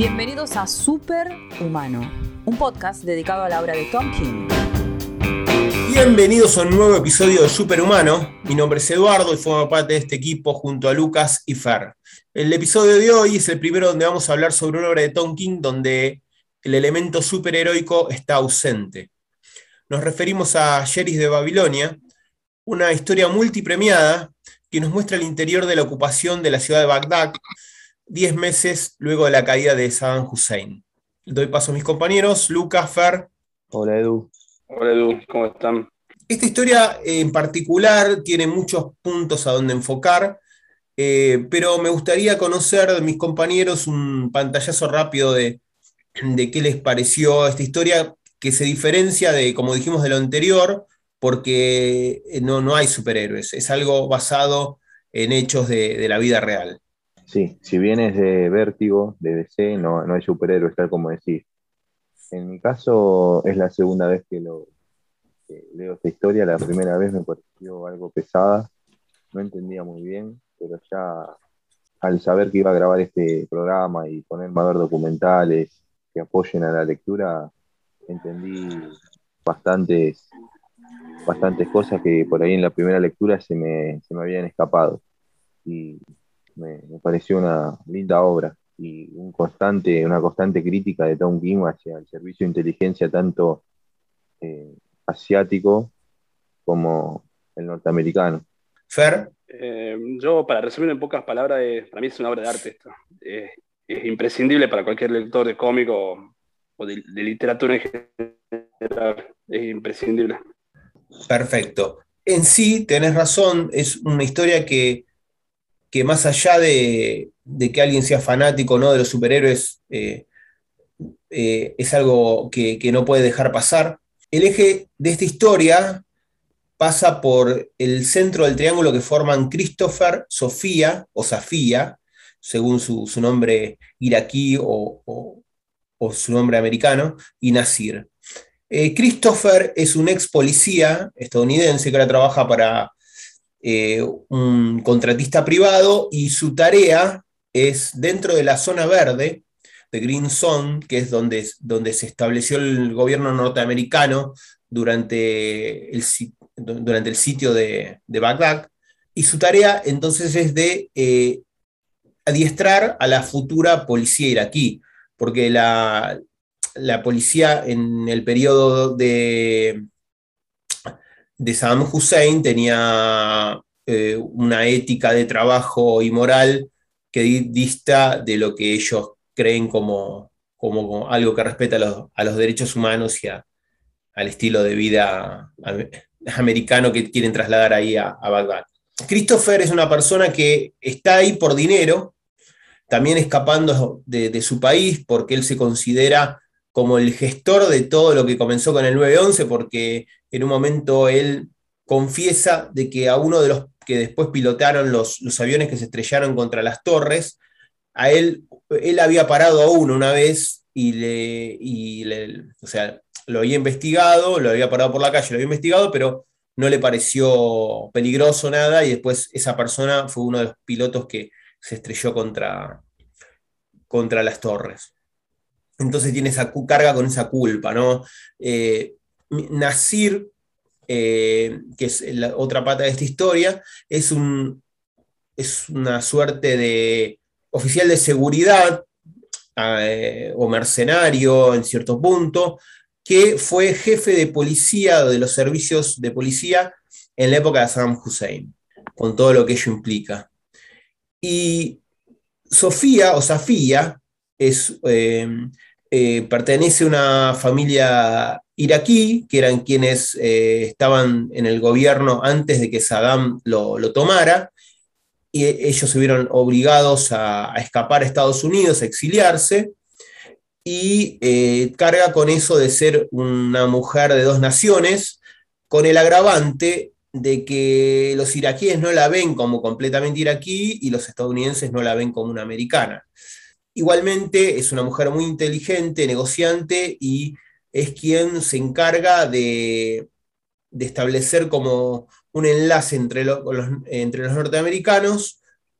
Bienvenidos a Superhumano, un podcast dedicado a la obra de Tom King. Bienvenidos a un nuevo episodio de Superhumano. Mi nombre es Eduardo y formo parte de este equipo junto a Lucas y Fer. El episodio de hoy es el primero donde vamos a hablar sobre una obra de Tom King donde el elemento superheroico está ausente. Nos referimos a Sheriff de Babilonia, una historia multipremiada que nos muestra el interior de la ocupación de la ciudad de Bagdad 10 meses luego de la caída de Saddam Hussein. Doy paso a mis compañeros, Lucas, Fer. Hola Edu. Hola Edu, ¿cómo están? Esta historia en particular tiene muchos puntos a donde enfocar, pero me gustaría conocer de mis compañeros un pantallazo rápido de qué les pareció esta historia, que se diferencia de, como dijimos, de lo anterior, porque no hay superhéroes, es algo basado en hechos de la vida real. Sí, si bien es de Vértigo, de DC, no hay superhéroes, tal como decís. En mi caso es la segunda vez que leo esta historia. La primera vez me pareció algo pesada, no entendía muy bien, pero ya al saber que iba a grabar este programa y ponerme a ver documentales que apoyen a la lectura, entendí bastantes cosas que por ahí en la primera lectura se me habían escapado. Y me pareció una linda obra y una constante crítica de Tom King hacia el servicio de inteligencia tanto asiático como el norteamericano. Fer. Yo, para resumir en pocas palabras, para mí es una obra de arte esto. Es imprescindible para cualquier lector de cómic o de literatura en general. Es imprescindible. Perfecto. En sí, tenés razón, es una historia que más allá de que alguien sea fanático o no de los superhéroes, es algo que no puede dejar pasar. El eje de esta historia pasa por el centro del triángulo que forman Christopher, Sofía o Safía, según su nombre iraquí o su nombre americano, y Nasir. Christopher es un ex policía estadounidense que ahora trabaja para un contratista privado y su tarea es dentro de la zona verde, de Green Zone, que es donde se estableció el gobierno norteamericano durante el sitio de Bagdad, y su tarea entonces es de adiestrar a la futura policía iraquí, porque la policía en el periodo de Saddam Hussein tenía una ética de trabajo y moral que dista de lo que ellos creen como algo que respeta a los derechos humanos y al estilo de vida americano que quieren trasladar ahí a Bagdad. Christopher es una persona que está ahí por dinero, también escapando de su país, porque él se considera como el gestor de todo lo que comenzó con el 9/11, porque en un momento él confiesa de que a uno de los que después pilotaron los aviones que se estrellaron contra las torres, a él había parado a uno una vez o sea, lo había investigado, lo había parado por la calle, lo había investigado, pero no le pareció peligroso nada, y después esa persona fue uno de los pilotos que se estrelló contra las torres. Entonces tiene carga con esa culpa, ¿no? Nasir, que es la otra pata de esta historia, es una suerte de oficial de seguridad o mercenario en cierto punto, que fue jefe de policía, de los servicios de policía en la época de Saddam Hussein, con todo lo que ello implica. Y Sofía o Safía pertenece a una familia iraquí, que eran quienes estaban en el gobierno antes de que Saddam lo tomara, y ellos se vieron obligados a escapar a Estados Unidos, a exiliarse, y carga con eso de ser una mujer de dos naciones, con el agravante de que los iraquíes no la ven como completamente iraquí y los estadounidenses no la ven como una americana. Igualmente es una mujer muy inteligente, negociante, y es quien se encarga de establecer como un enlace entre los norteamericanos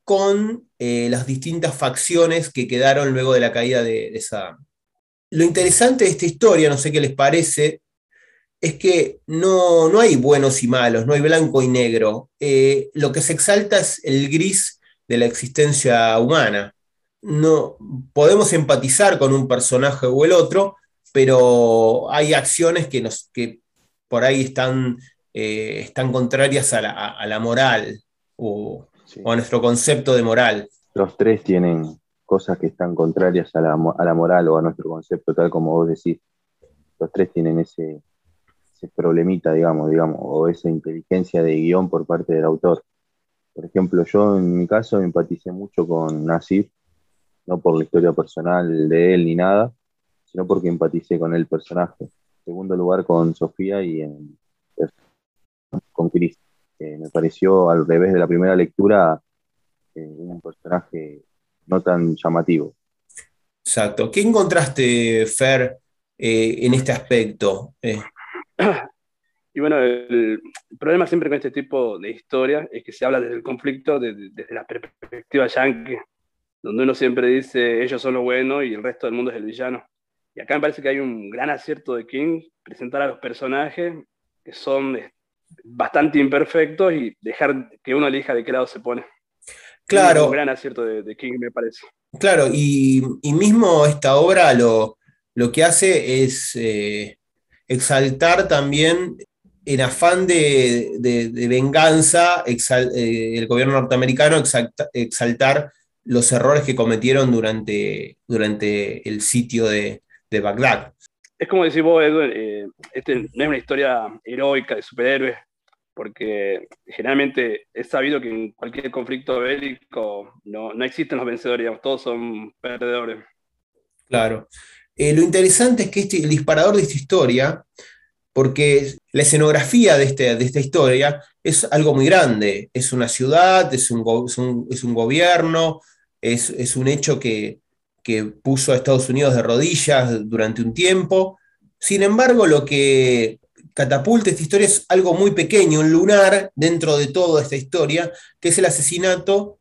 con las distintas facciones que quedaron luego de la caída de Saddam. Lo interesante de esta historia, no sé qué les parece, es que no hay buenos y malos, no hay blanco y negro. Lo que se exalta es el gris de la existencia humana. No, podemos empatizar con un personaje o el otro, pero hay acciones que por ahí están contrarias a la moral Sí. o a nuestro concepto de moral. Los tres tienen cosas que están contrarias a la moral o a nuestro concepto, tal como vos decís. Los tres tienen ese problemita, digamos, o esa inteligencia de guión por parte del autor. Por ejemplo, yo en mi caso empaticé mucho con Nasif, no por la historia personal de él ni nada, sino porque empaticé con el personaje. En segundo lugar con Sofía con Chris, que me pareció al revés de la primera lectura un personaje no tan llamativo. Exacto. ¿Qué encontraste, Fer, en este aspecto? Y bueno, el problema siempre con este tipo de historia es que se habla desde el conflicto, desde la perspectiva yankee, donde uno siempre dice ellos son lo bueno y el resto del mundo es el villano. Y acá me parece que hay un gran acierto de King, presentar a los personajes que son bastante imperfectos y dejar que uno elija de qué lado se pone. Un Claro, gran acierto de King, me parece. claro, y mismo esta obra lo que hace es exaltar también en afán de venganza, el gobierno norteamericano exaltar los errores que cometieron durante el sitio de Bagdad. Es como decís vos, Edwin, este no es una historia heroica de superhéroes, porque generalmente es sabido que en cualquier conflicto bélico no existen los vencedores, digamos, todos son perdedores. Claro. Lo interesante es que el disparador de esta historia, porque la escenografía de esta historia es algo muy grande, es una ciudad, es un gobierno, es un hecho que puso a Estados Unidos de rodillas durante un tiempo. Sin embargo, lo que catapulta esta historia es algo muy pequeño, un lunar dentro de toda esta historia, que es el asesinato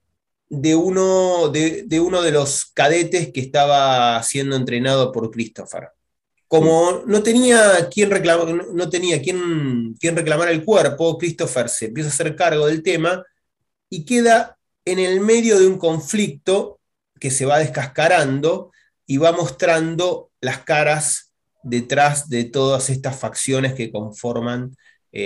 de uno de los cadetes que estaba siendo entrenado por Christopher. Sí. Como no tenía quien reclamar el cuerpo, Christopher se empieza a hacer cargo del tema y queda en el medio de un conflicto que se va descascarando y va mostrando las caras detrás de todas estas facciones que conforman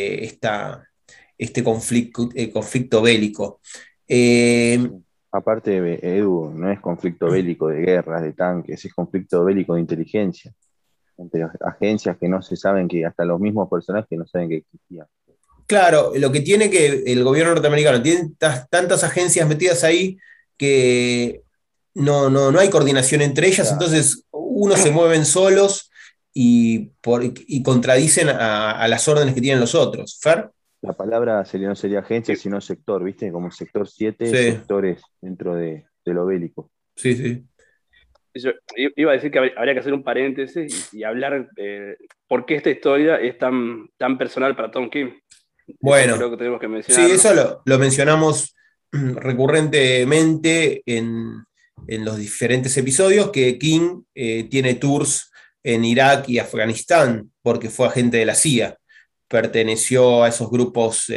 este conflicto bélico. Eh, Sí. Aparte, Edu, no es conflicto bélico de guerras, de tanques, es conflicto bélico de inteligencia entre agencias que no se saben, que hasta los mismos personajes no saben que existían. Claro, lo que tiene que el gobierno norteamericano tiene tantas agencias metidas ahí que no hay coordinación entre ellas, Claro. entonces unos se mueven solos y contradicen a las órdenes que tienen los otros. ¿Fer? La palabra no sería agencia, sino sector, ¿viste? Como sector 7 Sí, sectores dentro de lo bélico. sí, sí. Yo iba a decir que habría que hacer un paréntesis y hablar por qué esta historia es tan personal para Tom King. Eso Bueno, creo que tenemos que sí, mencionarlo. eso lo mencionamos recurrentemente en los diferentes episodios, que King tiene tours en Irak y Afganistán, porque fue agente de la CIA, perteneció a esos grupos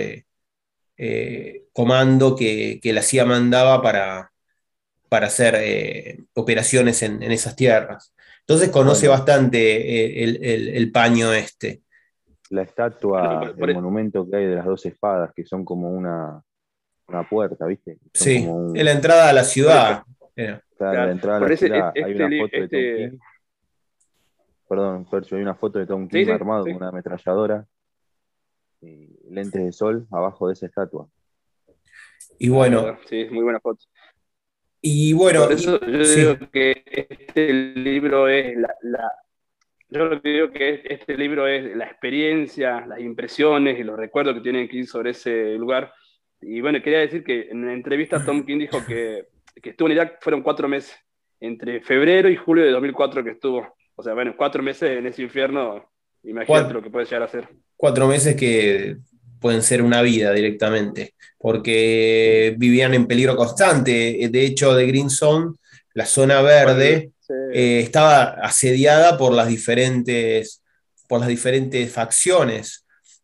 comando que la CIA mandaba para hacer operaciones en esas tierras. Entonces conoce Bueno, bastante el paño este. la Bueno, estatua, el monumento que hay de las dos espadas, que son como una puerta, ¿viste? Son Sí, como en la un, entrada a la por eso, ciudad. claro, la claro, entrada a por la ese, ciudad. Hay una foto de Tom este, King, perdón, Fercho, hay una foto de Tom sí, King sí, armado sí, con una ametralladora y lentes de sol abajo de esa estatua. Y ah, es bueno, verdad, sí, muy buena foto. y bueno, Por eso yo sí, digo que este libro es yo lo que digo que este libro es la experiencia, las impresiones y los recuerdos que tienen King sobre ese lugar. Y bueno, quería decir que en una entrevista Tom King dijo que estuvo en Irak fueron 4 meses, entre febrero y julio de 2004 que estuvo. O sea, bueno, 4 meses en ese infierno, imagínate cuatro, lo que puede llegar a ser. 4 meses que pueden ser una vida directamente, porque vivían en peligro constante. De hecho, The Green Zone, la zona verde, Sí. estaba asediada por las diferentes facciones.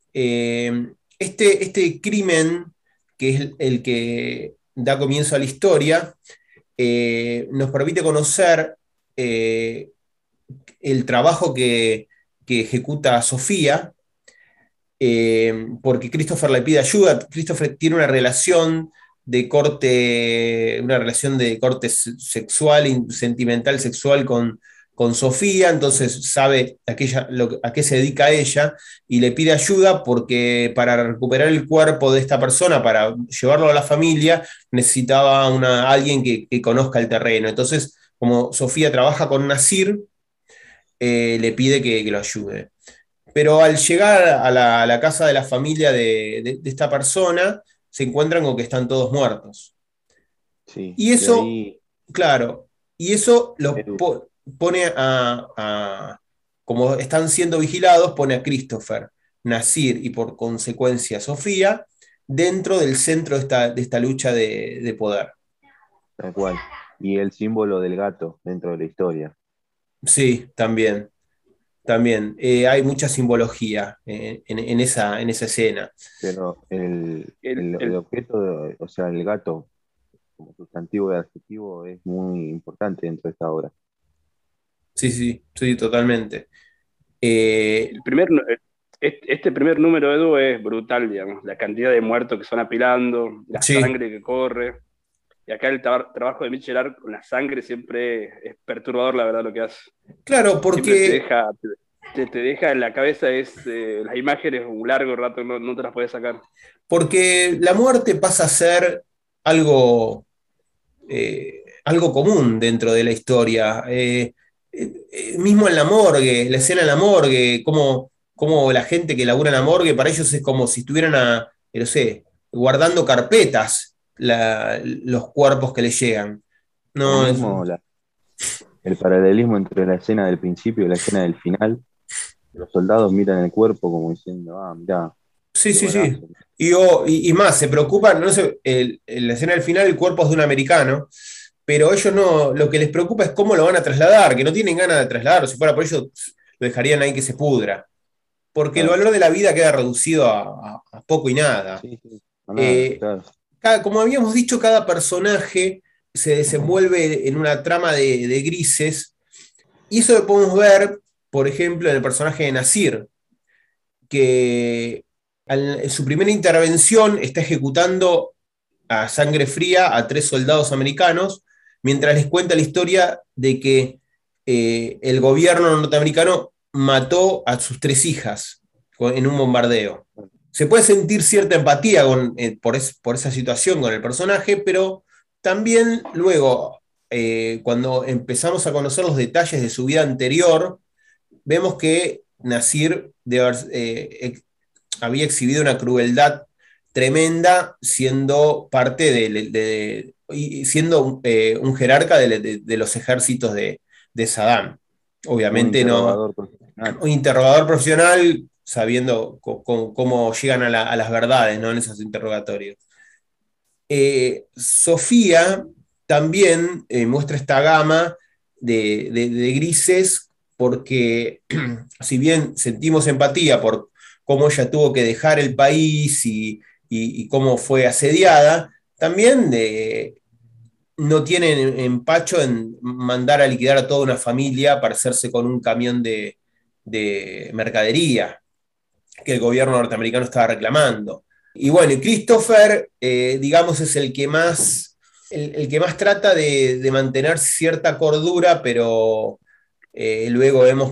Este crimen, que es el que da comienzo a la historia, nos permite conocer el trabajo que ejecuta Sofía, porque Christopher le pide ayuda. Christopher tiene una relación de corte sexual, sentimental, sexual con Sofía, entonces sabe a qué se dedica ella y le pide ayuda porque para recuperar el cuerpo de esta persona, para llevarlo a la familia, necesitaba alguien que conozca el terreno. Entonces, como Sofía trabaja con Nasir, le pide que lo ayude. Pero al llegar a la casa de la familia de esta persona, se encuentran con que están todos muertos. Sí, Y y eso, ahí, claro, y eso los Edu, pone como están siendo vigilados, pone a Christopher, Nasir y por consecuencia Sofía dentro del centro de esta lucha de poder. tal cual. Y el símbolo del gato dentro de la historia. Sí, también. También hay mucha simbología en esa escena. Pero El, el el- objeto, o sea, el gato como sustantivo y adjetivo es muy importante dentro de esta obra. Sí, sí, sí, totalmente. Eh, el primer, este primer número, Edu, es brutal, digamos. La cantidad de muertos que se van apilando, la sí, sangre que corre. Y acá el trabajo de Mitchell Art con la sangre siempre es perturbador, la verdad, lo que hace. claro, Siempre te porque, deja, te deja en la cabeza las imágenes un largo rato, no te las puedes sacar. porque la muerte pasa a ser algo común dentro de la historia. Mismo en la morgue, la escena en la morgue, como la gente que labura en la morgue, para ellos es como si estuvieran, no sé, guardando carpetas los cuerpos que les llegan. O No, mismo el paralelismo entre la escena del principio y la escena del final. Los soldados miran el cuerpo como diciendo, ah, mirá, sí, qué sí, sí. balazo. Y más, se preocupan, no sé, en la escena del final el cuerpo es de un americano, pero ellos no, lo que les preocupa es cómo lo van a trasladar, que no tienen ganas de trasladarlo, si fuera por ellos lo dejarían ahí que se pudra, porque el Claro, valor de la vida queda reducido a poco y nada. sí, sí, no nada, Eh, claro. como habíamos dicho, cada personaje se desenvuelve en una trama de grises, y eso lo podemos ver, por ejemplo, en el personaje de Nasir, que en su primera intervención está ejecutando a sangre fría a 3 soldados americanos, mientras les cuenta la historia de que el gobierno norteamericano mató a sus 3 hijas en un bombardeo. Se puede sentir cierta empatía por esa situación con el personaje, pero también luego, cuando empezamos a conocer los detalles de su vida anterior, vemos que Nasir había exhibido una crueldad tremenda siendo parte y siendo un jerarca de los ejércitos de Saddam. Un Obviamente no, interrogador profesional. un interrogador profesional sabiendo cómo llegan a las verdades, ¿no? En esos interrogatorios. Sofía también muestra esta gama de grises porque si bien sentimos empatía por cómo ella tuvo que dejar el país y cómo fue asediada, también no tienen empacho en mandar a liquidar a toda una familia para hacerse con un camión de mercadería que el gobierno norteamericano estaba reclamando. Y bueno, y Christopher, digamos, es el que más trata de mantener cierta cordura, pero luego vemos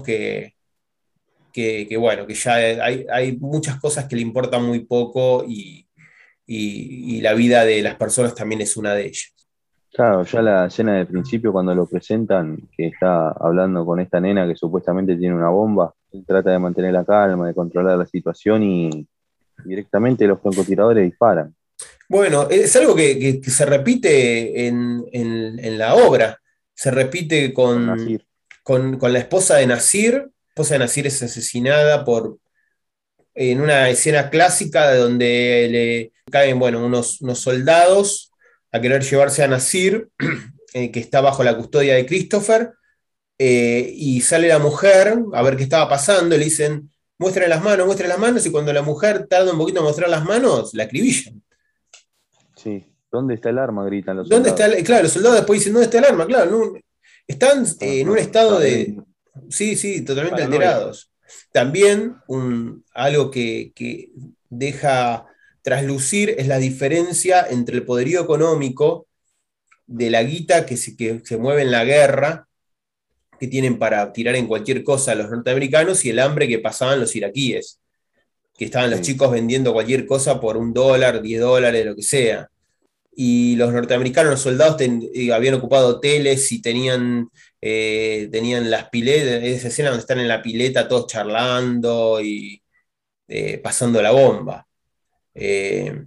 bueno, que ya hay muchas cosas que le importan muy poco y la vida de las personas también es una de ellas. Claro, ya la escena del principio cuando lo presentan, que está hablando con esta nena que supuestamente tiene una bomba, él trata de mantener la calma, de controlar la situación y directamente los francotiradores disparan Bueno, es algo que se repite en la obra. Se repite con Nasir. con la esposa de Nasir. La esposa de Nasir es asesinada en una escena clásica de donde le caen, bueno, unos soldados a querer llevarse a Nasir, que está bajo la custodia de Christopher, y sale la mujer a ver qué estaba pasando, y le dicen, muestre las manos, y cuando la mujer tarda un poquito en mostrar las manos, la acribillan. Sí. ¿Dónde está el arma? Gritan los ¿Dónde soldados. claro, los soldados después dicen, ¿dónde está el arma? Claro, están en un estado de... Saben, Sí, sí, totalmente Paranoia. alterados. También algo que deja traslucir es la diferencia entre el poderío económico de la guita que se mueve en la guerra, que tienen para tirar en cualquier cosa los norteamericanos, y el hambre que pasaban los iraquíes, que estaban los sí. chicos vendiendo cualquier cosa por $1, $10, lo que sea. Y los norteamericanos, los soldados, habían ocupado hoteles y tenían las piletas, esa escena donde están en la pileta todos charlando y pasando la bomba. Eh,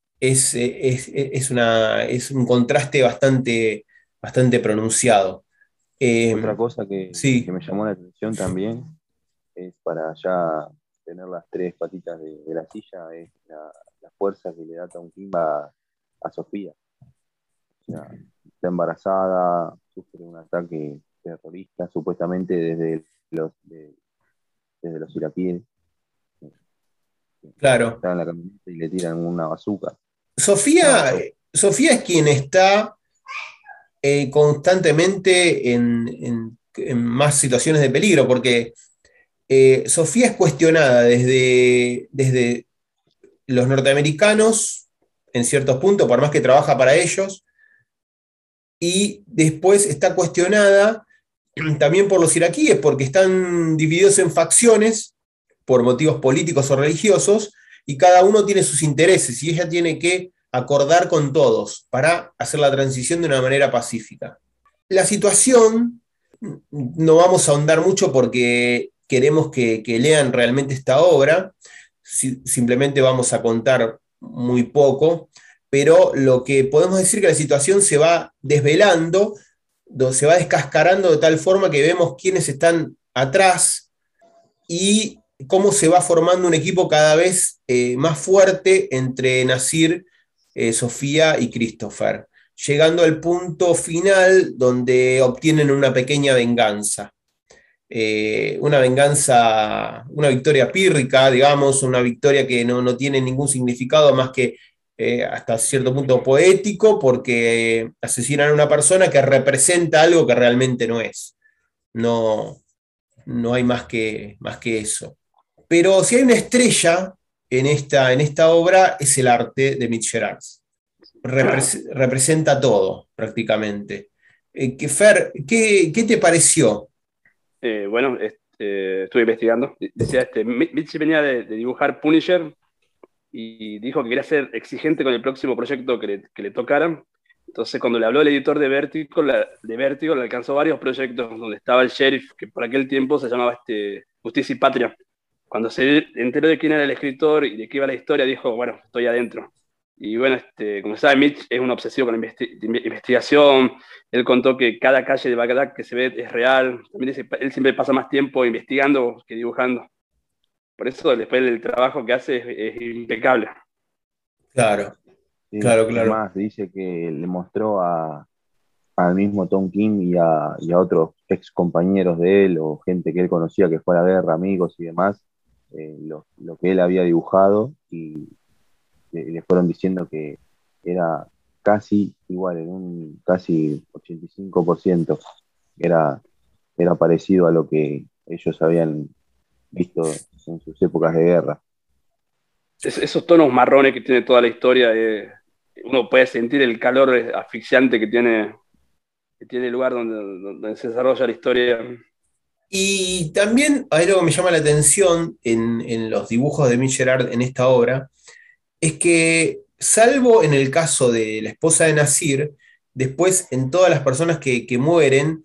es un contraste bastante pronunciado. Otra cosa Sí, que me llamó la atención también es para ya tener las tres patitas de la silla, es la fuerza que le da Tom King a Sofía. O sea, está embarazada, sufre un ataque terrorista, supuestamente desde los iraquíes. claro. Está en la camioneta y le tiran una bazooka. No, Sofía es quien está constantemente en más situaciones de peligro, porque Sofía es cuestionada desde los norteamericanos, en ciertos puntos, por más que trabaja para ellos, y después está cuestionada también por los iraquíes, porque están divididos en facciones por motivos políticos o religiosos, y cada uno tiene sus intereses, y ella tiene que acordar con todos para hacer la transición de una manera pacífica. La situación, no vamos a ahondar mucho porque queremos que lean realmente esta obra, simplemente vamos a contar muy poco, pero lo que podemos decir es que la situación se va desvelando, se va descascarando de tal forma que vemos quiénes están atrás y cómo se va formando un equipo cada vez más fuerte entre Nasir, Sofía y Christopher, llegando al punto final donde obtienen una pequeña venganza. Una venganza, una victoria pírrica, digamos, una victoria que no tiene ningún significado más que hasta cierto punto poético, porque asesinan a una persona que representa algo que realmente no es. No, no hay más que eso. Pero si hay una estrella en esta obra, es el arte de Mitch Gerads. Representa todo, prácticamente. Fer, ¿qué te pareció? Bueno, estuve investigando. Decía, Mitch venía de dibujar Punisher y dijo que quería ser exigente con el próximo proyecto que le tocaran. Entonces, cuando le habló el editor de Vértigo, le alcanzó varios proyectos donde estaba el sheriff, que por aquel tiempo se llamaba Justicia y Patria. Cuando se enteró de quién era el escritor y de qué iba la historia, dijo, bueno, estoy adentro. Y bueno, como sabe, Mitch es un obsesivo con la investigación. Él contó que cada calle de Bagdad que se ve es real. También dice, él siempre pasa más tiempo investigando que dibujando. Por eso después el trabajo que hace es impecable. Claro, sí. claro, Es claro. más, dice que le mostró al mismo Tom King y a otros ex compañeros de él o gente que él conocía que fue a la guerra, amigos y demás, lo que él había dibujado y le fueron diciendo que era casi igual, en un casi 85%, era, era parecido a lo que ellos habían visto en sus épocas de guerra. Esos tonos marrones que tiene toda la historia, uno puede sentir el calor asfixiante que tiene el lugar donde se desarrolla la historia. Y también hay algo que me llama la atención en los dibujos de Mitch Gerads en esta obra, es que, salvo en el caso de la esposa de Nasir, después en todas las personas que mueren,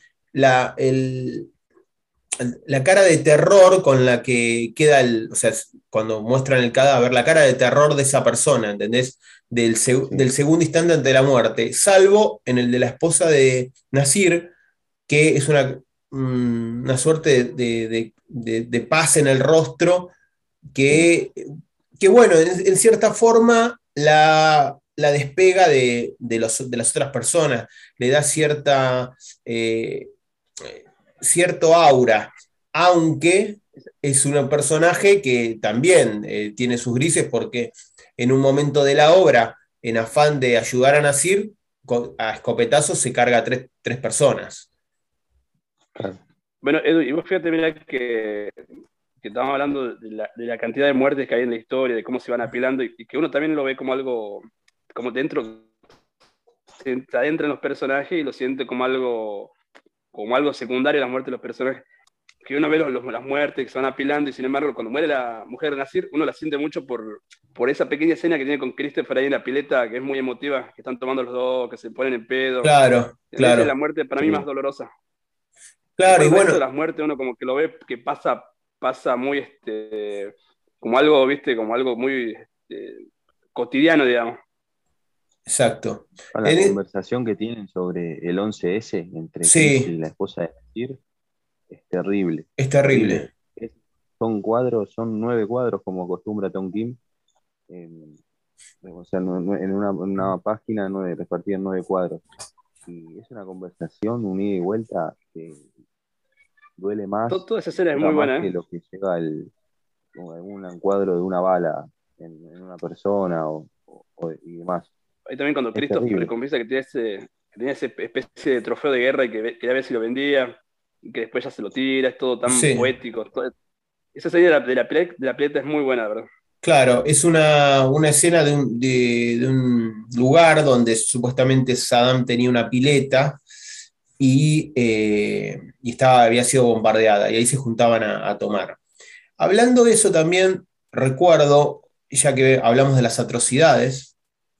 la cara de terror con la que queda o sea, cuando muestran el cadáver, la cara de terror de esa persona, ¿entendés? Del segundo instante ante la muerte, salvo en el de la esposa de Nasir, que es una suerte de paz en el rostro, que, que bueno, en cierta forma la despega de las otras personas, le da eh, cierto aura, aunque es un personaje que también tiene sus grises porque en un momento de la obra, en afán de ayudar a Nasir, a escopetazos se carga a tres personas. Claro. Bueno, Edu, y vos fíjate, mira que estamos hablando de la cantidad de muertes que hay en la historia, de cómo se van apilando, y que uno también lo ve como algo, como dentro, se adentra en los personajes y lo siente como algo secundario, las muertes de los personajes. Que uno ve las muertes que se van apilando, y sin embargo, cuando muere la mujer de Nasir, uno la siente mucho por esa pequeña escena que tiene con Christopher ahí en la pileta, que es muy emotiva, que están tomando los dos, que se ponen en pedo. Claro, Esa es la claro, muerte para mí Sí. más dolorosa. claro, Después y el resto bueno, de las muertes uno como que lo ve que pasa muy, como algo, viste, como algo muy cotidiano, digamos. exacto. Con la En- conversación que tienen sobre el 11S entre Chris sí, y la esposa de Nasir es terrible, es terrible. terrible. Son cuadros, son 9 cuadros como acostumbra Tom Kim. O sea, en una página repartida en 9 cuadros. Y es una conversación, un ida y vuelta que duele más, Toda esa escena es llega muy más buena, que ¿eh? lo que llega como un cuadro de una bala en una persona y demás. Ahí también cuando Es Christopher le terrible. confiesa que tenía esa especie de trofeo de guerra y que quería ver si lo vendía, y que después ya se lo tira, es todo tan Sí, poético. Esa escena de la pileta es muy buena, la verdad. claro, es una escena de un lugar donde supuestamente Saddam tenía una pileta y había sido bombardeada y ahí se juntaban a tomar. Hablando de eso también, recuerdo, ya que hablamos de las atrocidades,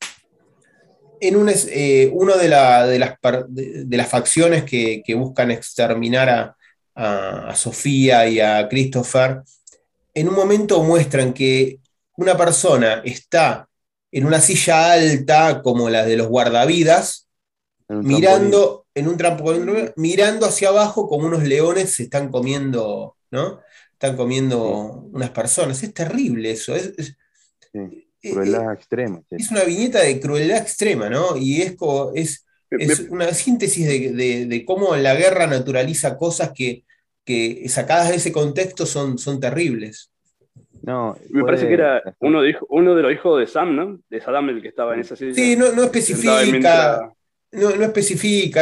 uno de las facciones que buscan exterminar a Sofía y a Christopher, en un momento muestran que una persona está en una silla alta como la de los guardavidas, En un trampolín. mirando en un trampolín, mirando hacia abajo como unos leones se están comiendo, ¿no? Están comiendo Sí, unas personas. Es terrible eso. sí. Eh, Crueldad extrema, sí. es una viñeta de crueldad extrema, ¿no? Y Me- es me- una síntesis de cómo la guerra naturaliza cosas que sacadas de ese contexto son terribles. No, Me parece que puede. era uno de los hijos de Sam, ¿no? De Saddam, el que estaba en esa Sí, silla, no que se sentaba ahí mientras. especifica, no especifica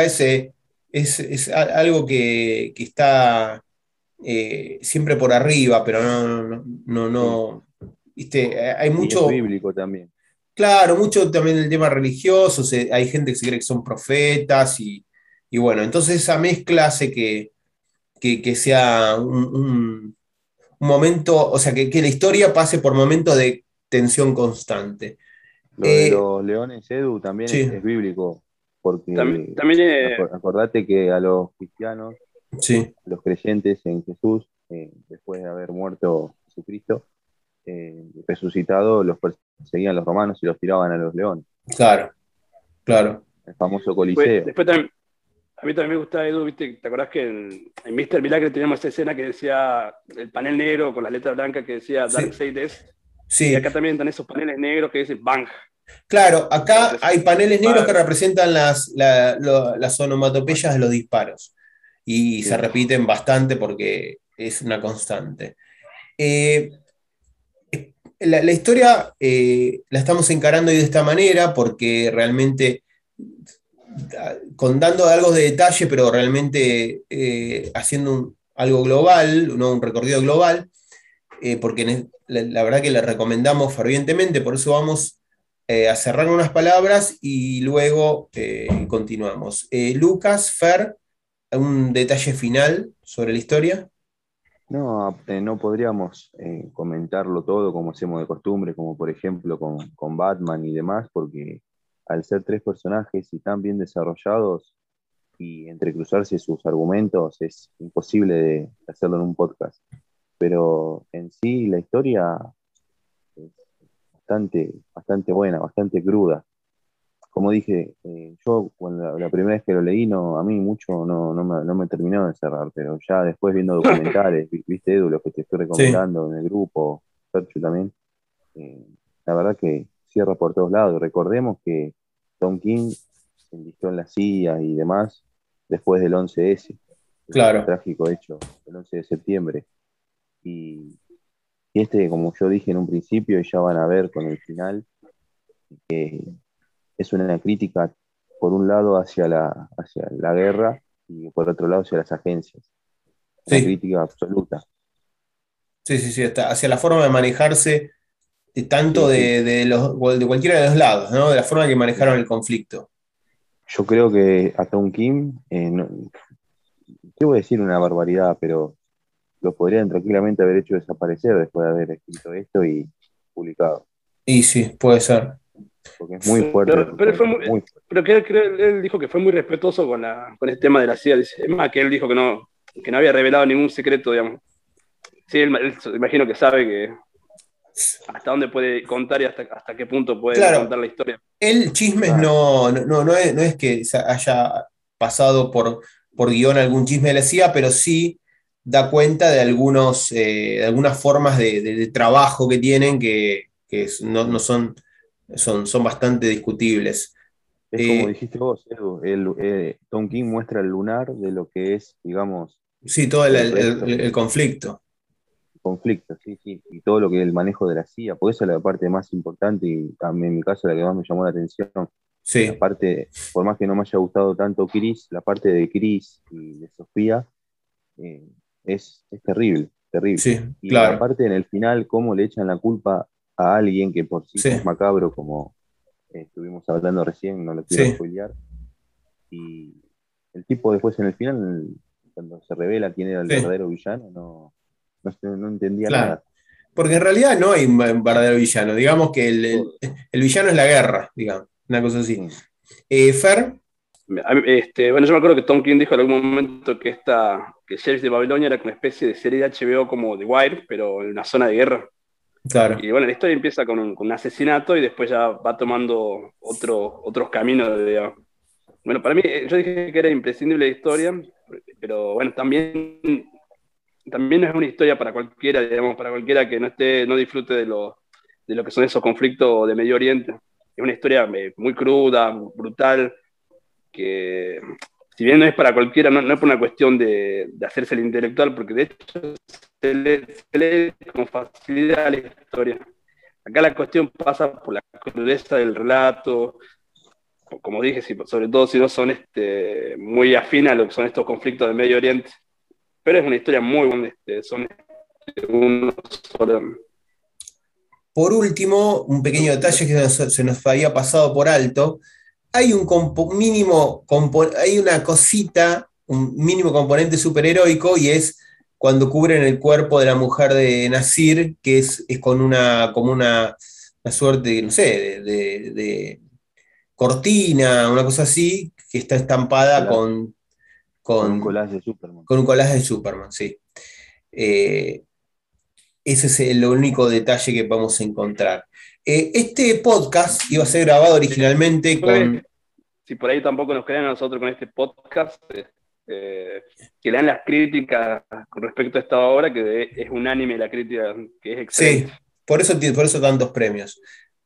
algo que está siempre por arriba, pero Sí. ¿viste? Hay Y es mucho, bíblico también. claro, mucho también el tema religioso, hay gente que se cree que son profetas y bueno, entonces esa mezcla hace que sea un momento, o sea, que la historia pase por momentos de tensión constante. Lo de Eh, los leones, Edu, también sí, es bíblico, También, porque también acordate que a los cristianos, sí, los creyentes en Jesús, después de haber muerto Jesucristo, resucitado, los perseguían los romanos y los tiraban a los leones, claro, claro. el famoso después, Coliseo. después también, a mí también me gusta, Edu, ¿viste? ¿Te acordás que en Mr. Milagre teníamos esa escena que decía el panel negro con las letras blancas que decía Dark Sí, Side? Y sí. acá también están esos paneles negros que dicen Bang, Claro, que acá hay representan paneles negros que disparos. representan las onomatopeyas de los disparos y se Sí. repiten bastante porque es una constante. Eh, la historia la estamos encarando hoy de esta manera porque realmente contando algo de detalle, pero realmente haciendo algo global, ¿no? Un recorrido global, porque la verdad que le recomendamos fervientemente, por eso vamos a cerrar unas palabras y luego continuamos. Lucas, Fer, un detalle final sobre la historia. No, no podríamos comentarlo todo como hacemos de costumbre, como por ejemplo con Batman y demás, porque al ser 3 personajes y tan bien desarrollados y entrecruzarse sus argumentos, es imposible de hacerlo en un podcast. Pero en sí la historia es bastante buena, bastante cruda. Como dije, yo cuando la primera vez que lo leí, a mí mucho no me terminó de cerrar, pero ya después viendo documentales, viste Edu, los que te estoy Sí, recomendando en el grupo, Ferchu también. La verdad que cierra por todos lados. Recordemos que Tom King se enlistó en la CIA y demás después del 11S, el Claro. trágico hecho del 11 de septiembre. Y, y este, como yo dije en un principio, y ya van a ver con el final, que es una crítica, por un lado, hacia la guerra y por otro lado, hacia las agencias. Una Sí, crítica absoluta. sí, sí, sí, hacia la forma de manejarse tanto Sí, sí. de cualquiera de los lados, ¿no? De la forma que manejaron el conflicto. Yo creo que a Tom Kim, ¿qué voy a decir? Una barbaridad, pero lo podrían tranquilamente haber hecho desaparecer después de haber escrito esto y publicado. Y sí, puede ser. Porque es muy fuerte el Pero, él fue cuento, muy, muy fuerte. pero él dijo que fue muy respetuoso con el tema de la CIA. Dice, es más, que él dijo que no había revelado ningún secreto, digamos. Sí, él imagino que sabe que hasta dónde puede contar y hasta qué punto puede no Claro, contar la historia. él chismes Claro, no es que haya pasado por guión algún chisme de la CIA, pero sí da cuenta de algunas formas de trabajo que tienen no sí. son bastante discutibles. Es como Eh, dijiste vos, Edu, Tom King muestra el lunar de lo que es, digamos, sí, todo el resto el del conflicto. conflicto, sí, sí, y todo lo que es el manejo de la CIA, porque esa es la parte más importante y también en mi caso la que más me llamó la atención. La Sí, parte, por más que no me haya gustado tanto Chris, la parte de Chris y de Sofía eh, es terrible, terrible. sí, Y claro. aparte en el final, cómo le echan la culpa a alguien que por sí Sí, ya es macabro, como estuvimos hablando recién, no lo quiero sí, spoilear. Y el tipo después en el final, cuando se revela quién era el sí, verdadero villano, no entendía claro. nada. Porque en realidad no hay un verdadero villano. Digamos que Todo. el villano es la guerra, digamos, una cosa así. Sí, Fer, Bueno, yo me acuerdo que Tom King dijo en algún momento que Sheriff de Babilonia era una especie de serie de HBO como The Wire, pero en una zona de guerra. claro, Y bueno, la historia empieza con un asesinato y después ya va tomando otros caminos. Bueno, para mí, yo dije que era imprescindible la historia, pero bueno, también no es una historia para cualquiera, digamos, para cualquiera que no disfrute de lo que son esos conflictos de Medio Oriente. Es una historia muy cruda, brutal, que si bien no es para cualquiera, no es por una cuestión de hacerse el intelectual, porque de hecho se lee con facilidad la historia. Acá la cuestión pasa por la crudeza del relato, como dije, sobre todo si no son muy afines a lo que son estos conflictos de Medio Oriente. Pero es una historia muy buena, son unos por último, un pequeño detalle que se nos había pasado por alto. Hay un hay una cosita, un mínimo componente superheroico, y es cuando cubren el cuerpo de la mujer de Nasir, que es con como una suerte, no sé, de cortina, una cosa así, que está estampada collage, con un con, collage de Superman. con un collage de Superman, sí. Eh, Ese es el único detalle que podemos encontrar. Este podcast iba a ser grabado originalmente después, con... si por ahí tampoco nos creen a nosotros con este podcast, que lean las críticas con respecto a esta obra, que es unánime la crítica, que es excelente. Sí, por eso tantos premios.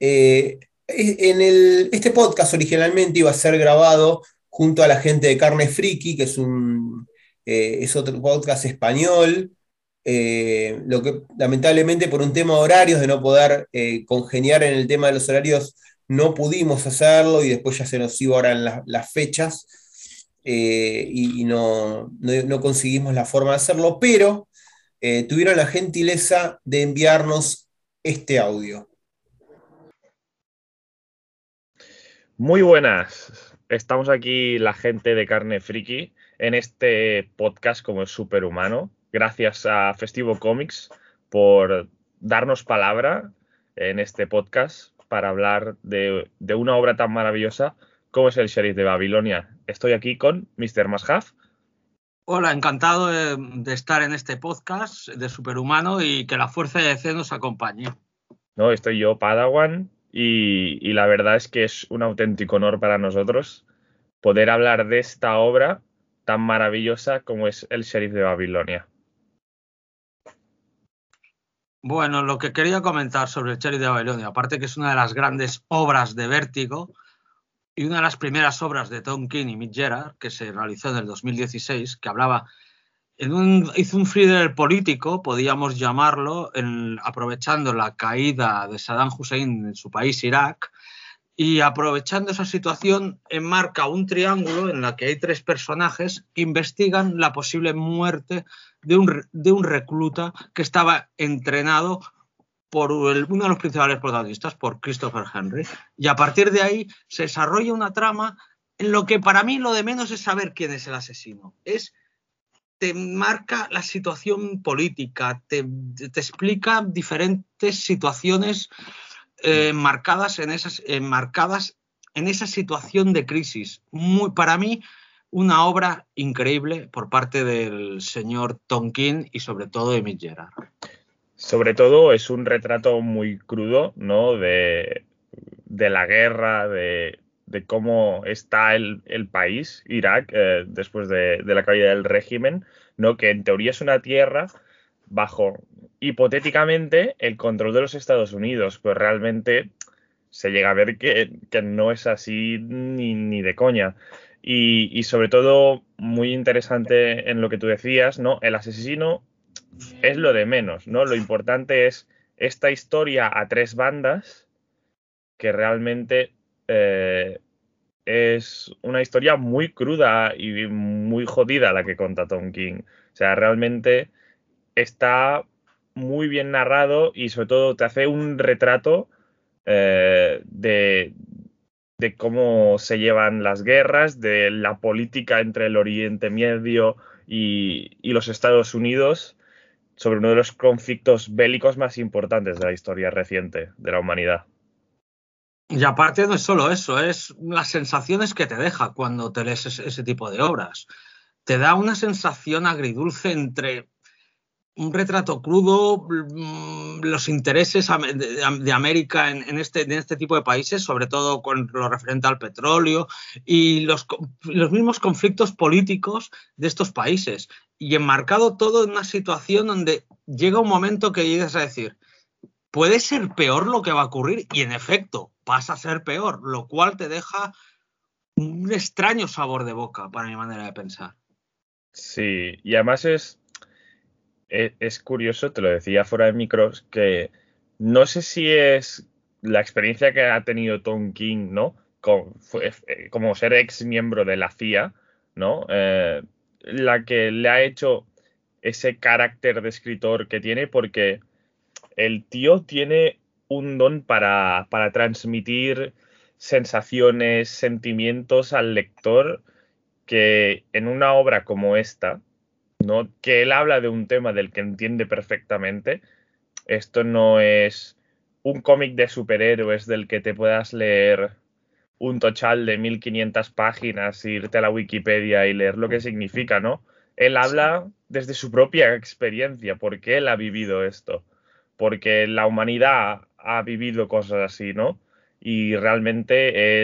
Este podcast originalmente iba a ser grabado junto a la gente de Carne Friki, que es otro podcast español. Lo que lamentablemente por un tema de horarios, de no poder congeniar en el tema de los horarios, no pudimos hacerlo y después ya se nos iban ahora las fechas y no conseguimos la forma de hacerlo, pero tuvieron la gentileza de enviarnos este audio. Muy buenas. Estamos aquí la gente de Carne Friki en este podcast como es Superhumano. Gracias a Festivo Comics por darnos palabra en este podcast para hablar de una obra tan maravillosa como es El Sheriff de Babilonia. Estoy aquí con Mr. Mashaf. Hola, encantado de estar en este podcast de Superhumano y que la fuerza de DC nos acompañe. ¿No? Estoy yo, Padawan, y la verdad es que es un auténtico honor para nosotros poder hablar de esta obra tan maravillosa como es El Sheriff de Babilonia. Bueno, lo que quería comentar sobre el Sheriff de Babilonia, aparte que es una de las grandes obras de Vértigo y una de las primeras obras de Tom King y Mitch Gerads, que se realizó en el 2016, que hablaba, hizo un thriller político, podíamos llamarlo, aprovechando la caída de Saddam Hussein en su país, Irak, y aprovechando esa situación enmarca un triángulo en la que hay 3 personajes que investigan la posible muerte de un recluta que estaba entrenado por uno de los principales protagonistas, por Christopher Henry. Y a partir de ahí se desarrolla una trama en lo que para mí lo de menos es saber quién es el asesino. Te marca la situación política, te explica diferentes situaciones marcadas en esa situación de crisis. Para mí, una obra increíble por parte del señor Tom King y sobre todo de Mitch Gerads. Sobre todo es un retrato muy crudo, ¿no? De la guerra, de cómo está el país, Irak, después de la caída del régimen, ¿no? Que en teoría es una tierra bajo, hipotéticamente, el control de los Estados Unidos, pero realmente se llega a ver que no es así ni de coña. Y sobre todo, muy interesante en lo que tú decías, ¿no? El asesino es lo de menos, ¿no? Lo importante es esta historia a 3 bandas que realmente es una historia muy cruda y muy jodida la que cuenta Tom King. O sea, realmente está muy bien narrado y sobre todo te hace un retrato de cómo se llevan las guerras, de la política entre el Oriente Medio y los Estados Unidos, sobre uno de los conflictos bélicos más importantes de la historia reciente de la humanidad. Y aparte no es solo eso, es las sensaciones que te deja cuando te lees ese tipo de obras. Te da una sensación agridulce entre un retrato crudo, los intereses de América en este tipo de países, sobre todo con lo referente al petróleo y los mismos conflictos políticos de estos países. Y enmarcado todo en una situación donde llega un momento que llegas a decir, puede ser peor lo que va a ocurrir, y en efecto pasa a ser peor, lo cual te deja un extraño sabor de boca para mi manera de pensar. Sí, y además es curioso, te lo decía fuera de micros, que no sé si es la experiencia que ha tenido Tom King, ¿no? Como ser ex miembro de la CIA, ¿no? La que le ha hecho ese carácter de escritor que tiene, porque el tío tiene un don para transmitir sensaciones, sentimientos al lector que en una obra como esta, ¿no? Que él habla de un tema del que entiende perfectamente. Esto no es un cómic de superhéroes del que te puedas leer un total de 1500 páginas, irte a la Wikipedia y leer lo que significa, ¿no? Él habla desde su propia experiencia, porque él ha vivido esto, porque la humanidad ha vivido cosas así, ¿no? Y realmente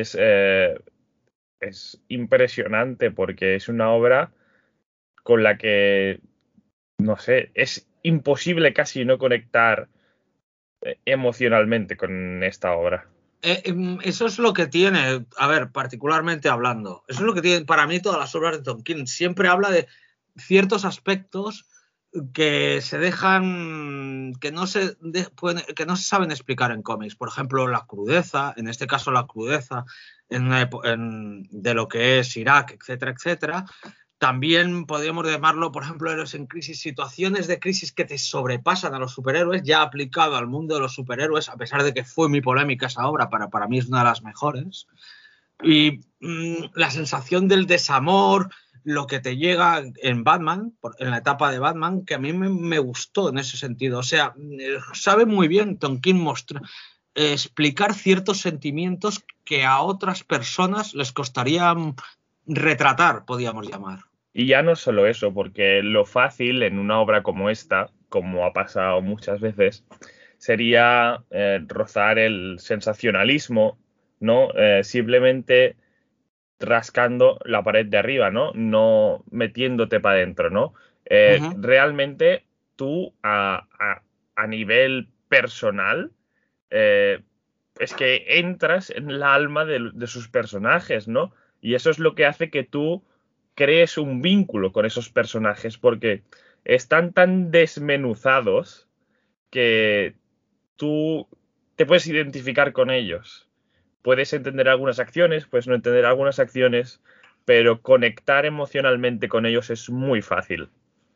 es impresionante porque es una obra con la que, no sé, es imposible casi no conectar emocionalmente con esta obra. Eso es lo que tiene, a ver, particularmente hablando, eso es lo que tienen para mí todas las obras de Tom King. Siempre habla de ciertos aspectos que se dejan, que no se saben explicar en cómics. Por ejemplo, la crudeza, en este caso la crudeza de lo que es Irak, etcétera, etcétera. También podríamos llamarlo, por ejemplo, héroes en crisis, situaciones de crisis que te sobrepasan a los superhéroes, ya aplicado al mundo de los superhéroes, a pesar de que fue muy polémica esa obra, para mí es una de las mejores. Y la sensación del desamor, lo que te llega en Batman, en la etapa de Batman, que a mí me gustó en ese sentido. O sea, sabe muy bien Tom King explicar ciertos sentimientos que a otras personas les costaría retratar, podríamos llamar. Y ya no solo eso, porque lo fácil en una obra como esta, como ha pasado muchas veces, sería rozar el sensacionalismo, ¿no? Simplemente rascando la pared de arriba, ¿no? No metiéndote para adentro, ¿no? Realmente tú a nivel personal, es que entras en el alma de sus personajes, ¿no? Y eso es lo que hace que tú crees un vínculo con esos personajes, porque están tan desmenuzados que tú te puedes identificar con ellos. Puedes entender algunas acciones, puedes no entender algunas acciones, pero conectar emocionalmente con ellos es muy fácil.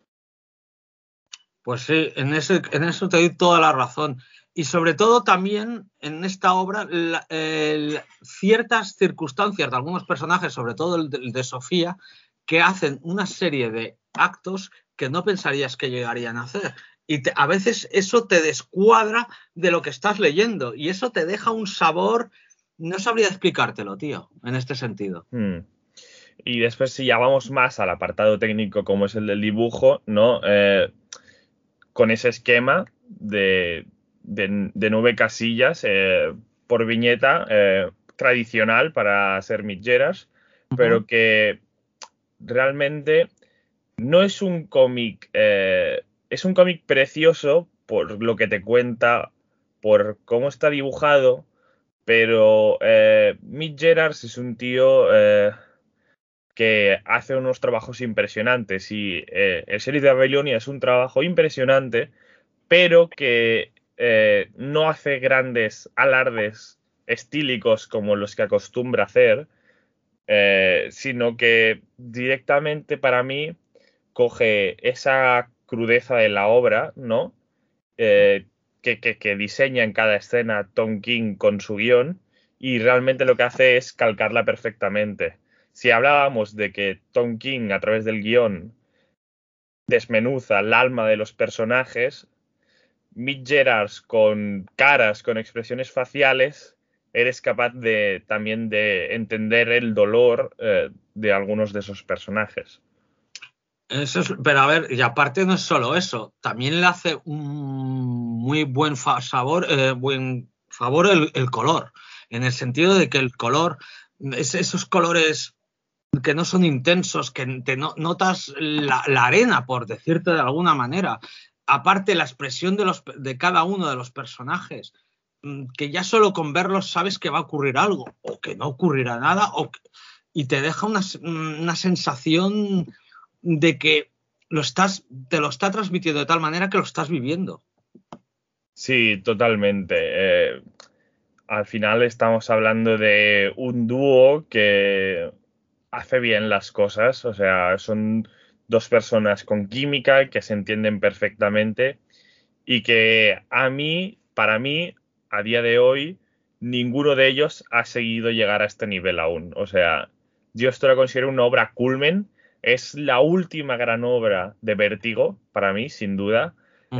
Pues sí, en eso te doy toda la razón. Y sobre todo también en esta obra ciertas circunstancias de algunos personajes, sobre todo el de Sofía, que hacen una serie de actos que no pensarías que llegarían a hacer. Y a veces eso te descuadra de lo que estás leyendo y eso te deja un sabor, no sabría explicártelo, tío, en este sentido. Y después, si ya vamos más al apartado técnico, como es el del dibujo, ¿no? Con ese esquema de 9 casillas por viñeta, tradicional para ser midgeras, pero que realmente no es un cómic, es un cómic precioso por lo que te cuenta, por cómo está dibujado, pero Mitch Gerads es un tío que hace unos trabajos impresionantes y el Sheriff de Babilonia es un trabajo impresionante, pero que no hace grandes alardes estílicos como los que acostumbra hacer, sino que directamente para mí coge esa crudeza de la obra, ¿no? Que diseña en cada escena Tom King con su guión y realmente lo que hace es calcarla perfectamente. Si hablábamos de que Tom King a través del guión desmenuza el alma de los personajes, Mitch Gerads con caras, con expresiones faciales, eres capaz también de entender el dolor de algunos de esos personajes. Pero a ver, y aparte no es solo eso, también le hace un muy buen favor el color, en el sentido de que el color, esos colores que no son intensos, que notas la arena, por decirte de alguna manera. Aparte, la expresión de cada uno de los personajes, que ya solo con verlos sabes que va a ocurrir algo, o que no ocurrirá nada, y te deja una sensación de que te lo está transmitiendo de tal manera que lo estás viviendo. Sí, totalmente. Al final estamos hablando de un dúo que hace bien las cosas, o sea, son 2 personas con química que se entienden perfectamente y que para mí, a día de hoy, ninguno de ellos ha seguido llegar a este nivel aún. O sea, yo esto lo considero una obra culmen, es la última gran obra de Vértigo, para mí, sin duda.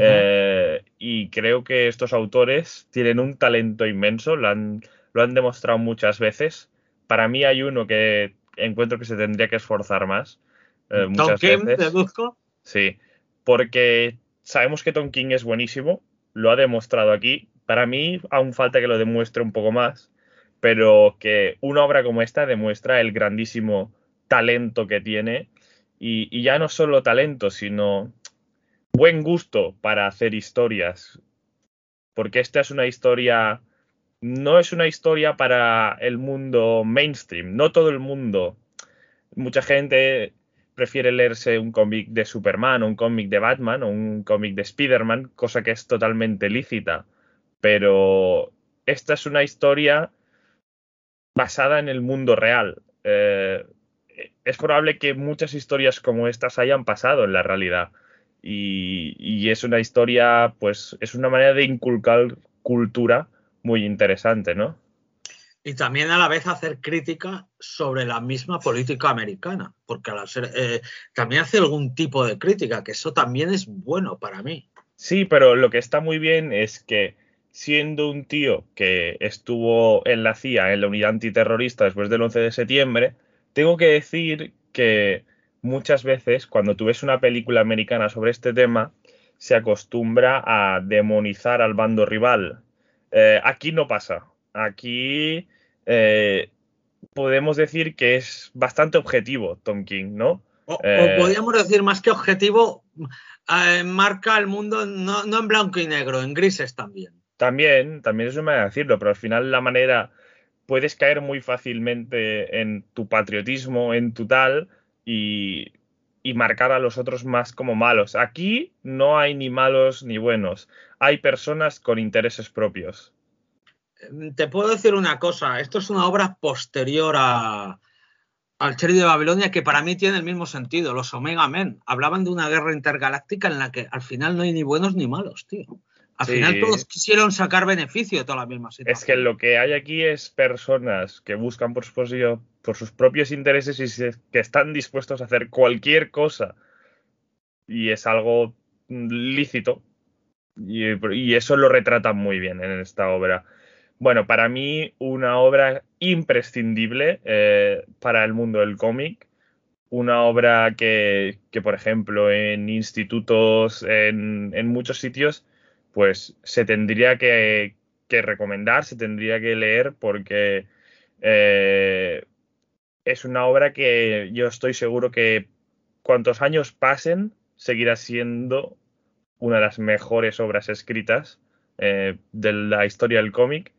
Y creo que estos autores tienen un talento inmenso, lo han demostrado muchas veces. Para mí hay uno que encuentro que se tendría que esforzar más muchas Tom King, veces. deduzco. Sí, porque sabemos que Tom King es buenísimo, lo ha demostrado aquí. Para mí aún falta que lo demuestre un poco más, pero que una obra como esta demuestra el grandísimo talento que tiene y ya no solo talento, sino buen gusto para hacer historias, porque esta es una historia, no es una historia para el mundo mainstream, no todo el mundo. Mucha gente prefiere leerse un cómic de Superman o un cómic de Batman o un cómic de Spider-Man, cosa que es totalmente lícita, pero esta es una historia basada en el mundo real. Es probable que muchas historias como estas hayan pasado en la realidad. Y es una historia, pues, es una manera de inculcar cultura muy interesante, ¿no? Y también a la vez hacer crítica sobre la misma política americana, porque también hace algún tipo de crítica, que eso también es bueno para mí. Sí, pero lo que está muy bien es que siendo un tío que estuvo en la CIA, en la unidad antiterrorista después del 11 de septiembre, tengo que decir que muchas veces cuando tú ves una película americana sobre este tema, se acostumbra a demonizar al bando rival. Aquí no pasa. Aquí podemos decir que es bastante objetivo Tom King, ¿no? O podríamos decir más que objetivo, marca el mundo no en blanco y negro, en grises también. También es una manera de decirlo, pero al final la manera puedes caer muy fácilmente en tu patriotismo, en tu tal, y marcar a los otros más como malos. Aquí no hay ni malos ni buenos. Hay personas con intereses propios. Te puedo decir una cosa, esto es una obra posterior al Sheriff de Babilonia que para mí tiene el mismo sentido. Los Omega Men hablaban de una guerra intergaláctica en la que al final no hay ni buenos ni malos, tío. Al final todos quisieron sacar beneficio de toda la misma situación. Es que lo que hay aquí es personas que buscan por sus propios intereses y que están dispuestos a hacer cualquier cosa. Y es algo lícito. Y eso lo retrata muy bien en esta obra. Bueno, para mí una obra imprescindible para el mundo del cómic. Una obra que, por ejemplo, en institutos, en muchos sitios, pues se tendría que recomendar, se tendría que leer porque es una obra que yo estoy seguro que cuantos años pasen, seguirá siendo una de las mejores obras escritas de la historia del cómic.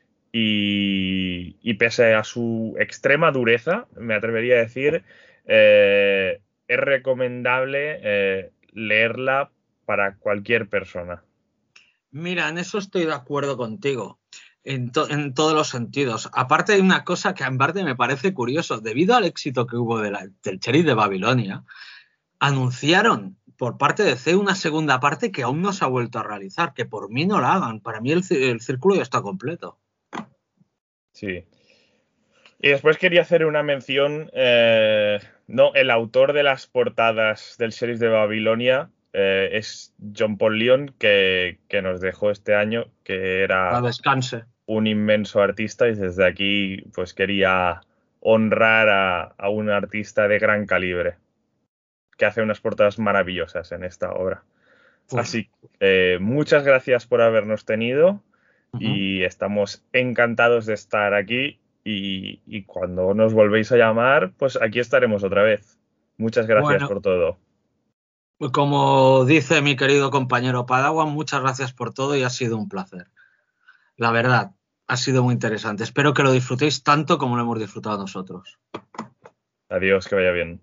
Y pese a su extrema dureza, me atrevería a decir, es recomendable leerla para cualquier persona. Mira, en eso estoy de acuerdo contigo, en todos los sentidos. Aparte hay una cosa que en parte me parece curioso. Debido al éxito que hubo del Sheriff de Babilonia, anunciaron por parte de DC una segunda parte que aún no se ha vuelto a realizar, que por mí no la hagan. Para mí el círculo ya está completo. Sí. Y después quería hacer una mención, el autor de las portadas del Sheriff de Babilonia es John Paul Leon, que nos dejó este año, que era un inmenso artista, y desde aquí pues quería honrar a un artista de gran calibre, que hace unas portadas maravillosas en esta obra. Así que muchas gracias por habernos tenido. Y estamos encantados de estar aquí y cuando nos volvéis a llamar, pues aquí estaremos otra vez. Muchas gracias por todo. Como dice mi querido compañero Padawan, muchas gracias por todo y ha sido un placer. La verdad, ha sido muy interesante. Espero que lo disfrutéis tanto como lo hemos disfrutado nosotros. Adiós, que vaya bien.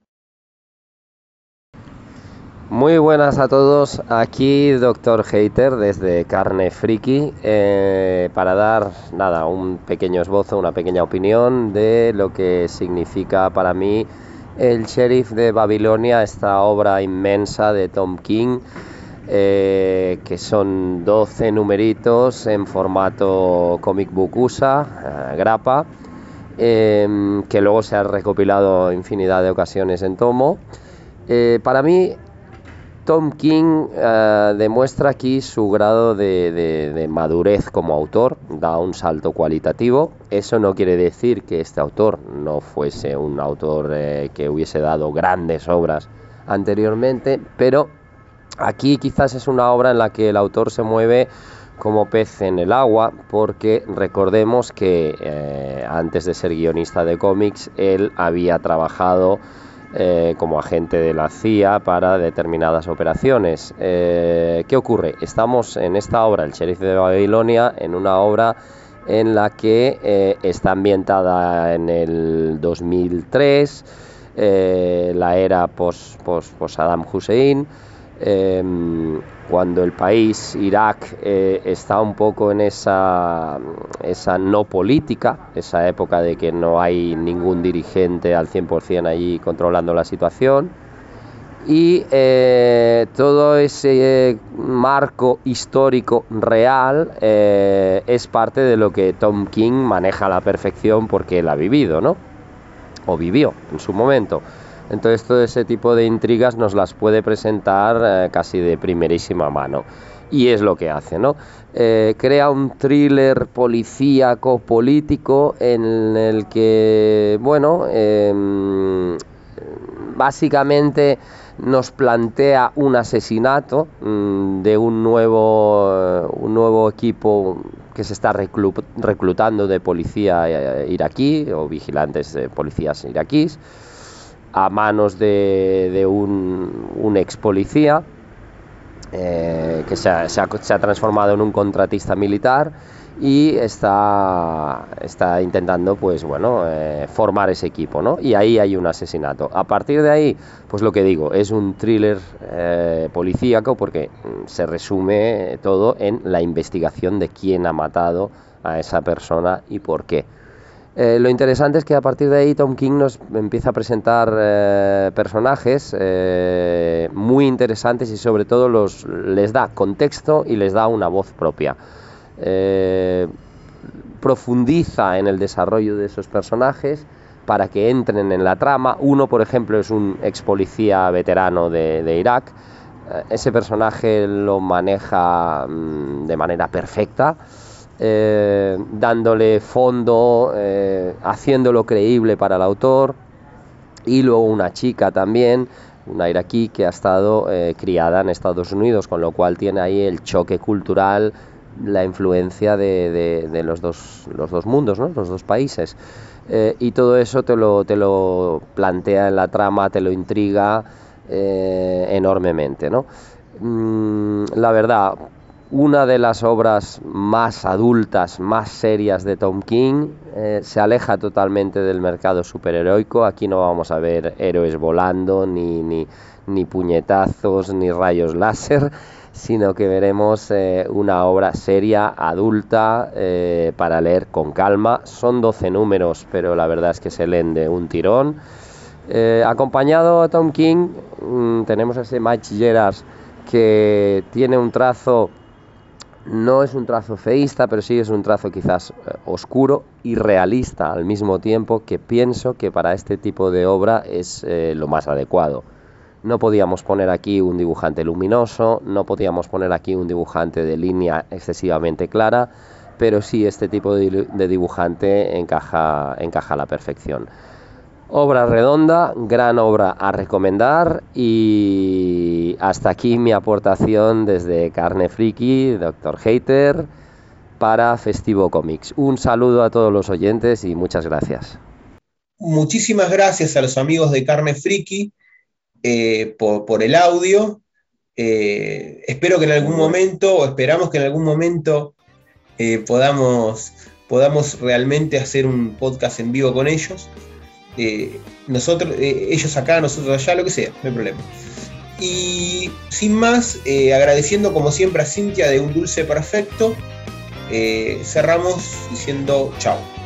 Muy buenas a todos, aquí Dr. Hater desde Carne Friki para dar un pequeño esbozo, una pequeña opinión de lo que significa para mí el Sheriff de Babilonia, esta obra inmensa de Tom King, que son 12 numeritos en formato comic book USA, grapa, que luego se ha recopilado infinidad de ocasiones en tomo. Para mí Tom King demuestra aquí su grado de madurez como autor, da un salto cualitativo. Eso no quiere decir que este autor no fuese un autor que hubiese dado grandes obras anteriormente, pero aquí quizás es una obra en la que el autor se mueve como pez en el agua, porque recordemos que antes de ser guionista de cómics, él había trabajado como agente de la CIA para determinadas operaciones. ¿Qué ocurre? Estamos en esta obra, El Sheriff de Babilonia, en una obra en la que está ambientada en el 2003, la era post Saddam Hussein, cuando el país, Irak, está un poco en esa no política, esa época de que no hay ningún dirigente al 100% allí controlando la situación, y todo ese marco histórico real es parte de lo que Tom King maneja a la perfección porque él ha vivido, ¿no? O vivió en su momento. Entonces todo ese tipo de intrigas nos las puede presentar casi de primerísima mano. Y es lo que hace, ¿no? Crea un thriller policíaco político en el que, básicamente nos plantea un asesinato de un nuevo equipo que se está reclutando de policía iraquí o vigilantes de policías iraquíes. a manos de un ex policía que se ha transformado en un contratista militar y está intentando, pues bueno, formar ese equipo, ¿no? Y ahí hay un asesinato. A partir de ahí, pues lo que digo, es un thriller policíaco, porque se resume todo en la investigación de quién ha matado a esa persona y por qué. Lo interesante es que a partir de ahí Tom King nos empieza a presentar personajes muy interesantes y sobre todo les da contexto y les da una voz propia. Profundiza en el desarrollo de esos personajes para que entren en la trama. Uno, por ejemplo, es un ex policía veterano de Irak. Ese personaje lo maneja de manera perfecta, dándole fondo, haciéndolo creíble para el autor. Y luego una chica también, una iraquí que ha estado criada en Estados Unidos, con lo cual tiene ahí el choque cultural, la influencia de los dos mundos, ¿no? Los dos países. Y todo eso te lo plantea en la trama, te lo intriga enormemente, ¿no? La verdad, una de las obras más adultas, más serias de Tom King. Se aleja totalmente del mercado superheroico. Aquí no vamos a ver héroes volando, ni puñetazos, ni rayos láser, sino que veremos una obra seria, adulta, para leer con calma. Son 12 números, pero la verdad es que se leen de un tirón. Acompañado a Tom King tenemos a ese Mike Gerard, que tiene un trazo, no es un trazo feísta, pero sí es un trazo quizás oscuro y realista al mismo tiempo, que pienso que para este tipo de obra es lo más adecuado. No podíamos poner aquí un dibujante luminoso, no podíamos poner aquí un dibujante de línea excesivamente clara, pero sí este tipo de dibujante encaja a la perfección. Obra redonda, gran obra a recomendar, y hasta aquí mi aportación desde Carne Friki, Dr. Hater, para Festivo Comics. Un saludo a todos los oyentes y muchas gracias. Muchísimas gracias a los amigos de Carne Friki por el audio. Espero que en algún momento, o esperamos que en algún momento podamos realmente hacer un podcast en vivo con ellos. Ellos acá, nosotros allá, lo que sea, no hay problema. Y sin más, agradeciendo como siempre a Cintia de Un Dulce Perfecto, cerramos diciendo chao.